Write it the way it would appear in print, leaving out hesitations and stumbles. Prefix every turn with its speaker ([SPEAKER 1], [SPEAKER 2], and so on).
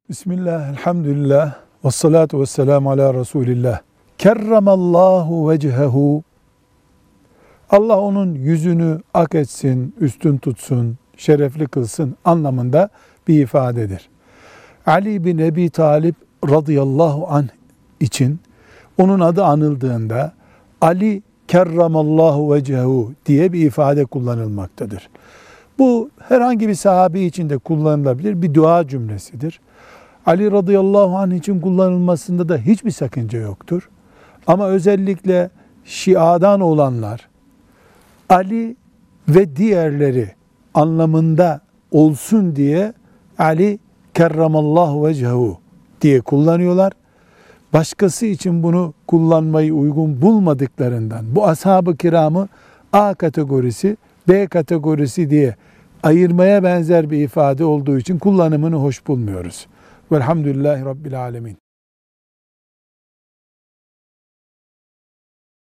[SPEAKER 1] Bismillah, elhamdülillah, ve salatu ve selamu ala Resulillah. Kerramallahu vecehehu. Allah onun yüzünü ak etsin, üstün tutsun, şerefli kılsın anlamında bir ifadedir. Ali bin Ebi Talib radıyallahu anh için onun adı anıldığında Ali kerramallahu vecehu diye bir ifade kullanılmaktadır. Bu herhangi bir sahabi için de kullanılabilir bir dua cümlesidir. Ali radıyallahu anh için kullanılmasında da hiçbir sakınca yoktur. Ama özellikle Şia'dan olanlar Ali ve diğerleri anlamında olsun diye Ali kerramallahu vecehu diye kullanıyorlar. Başkası için bunu kullanmayı uygun bulmadıklarından bu ashab-ı kiramı A kategorisi, B kategorisi diye ayırmaya benzer bir ifade olduğu için kullanımını hoş bulmuyoruz. Velhamdülillahi Rabbil alemin.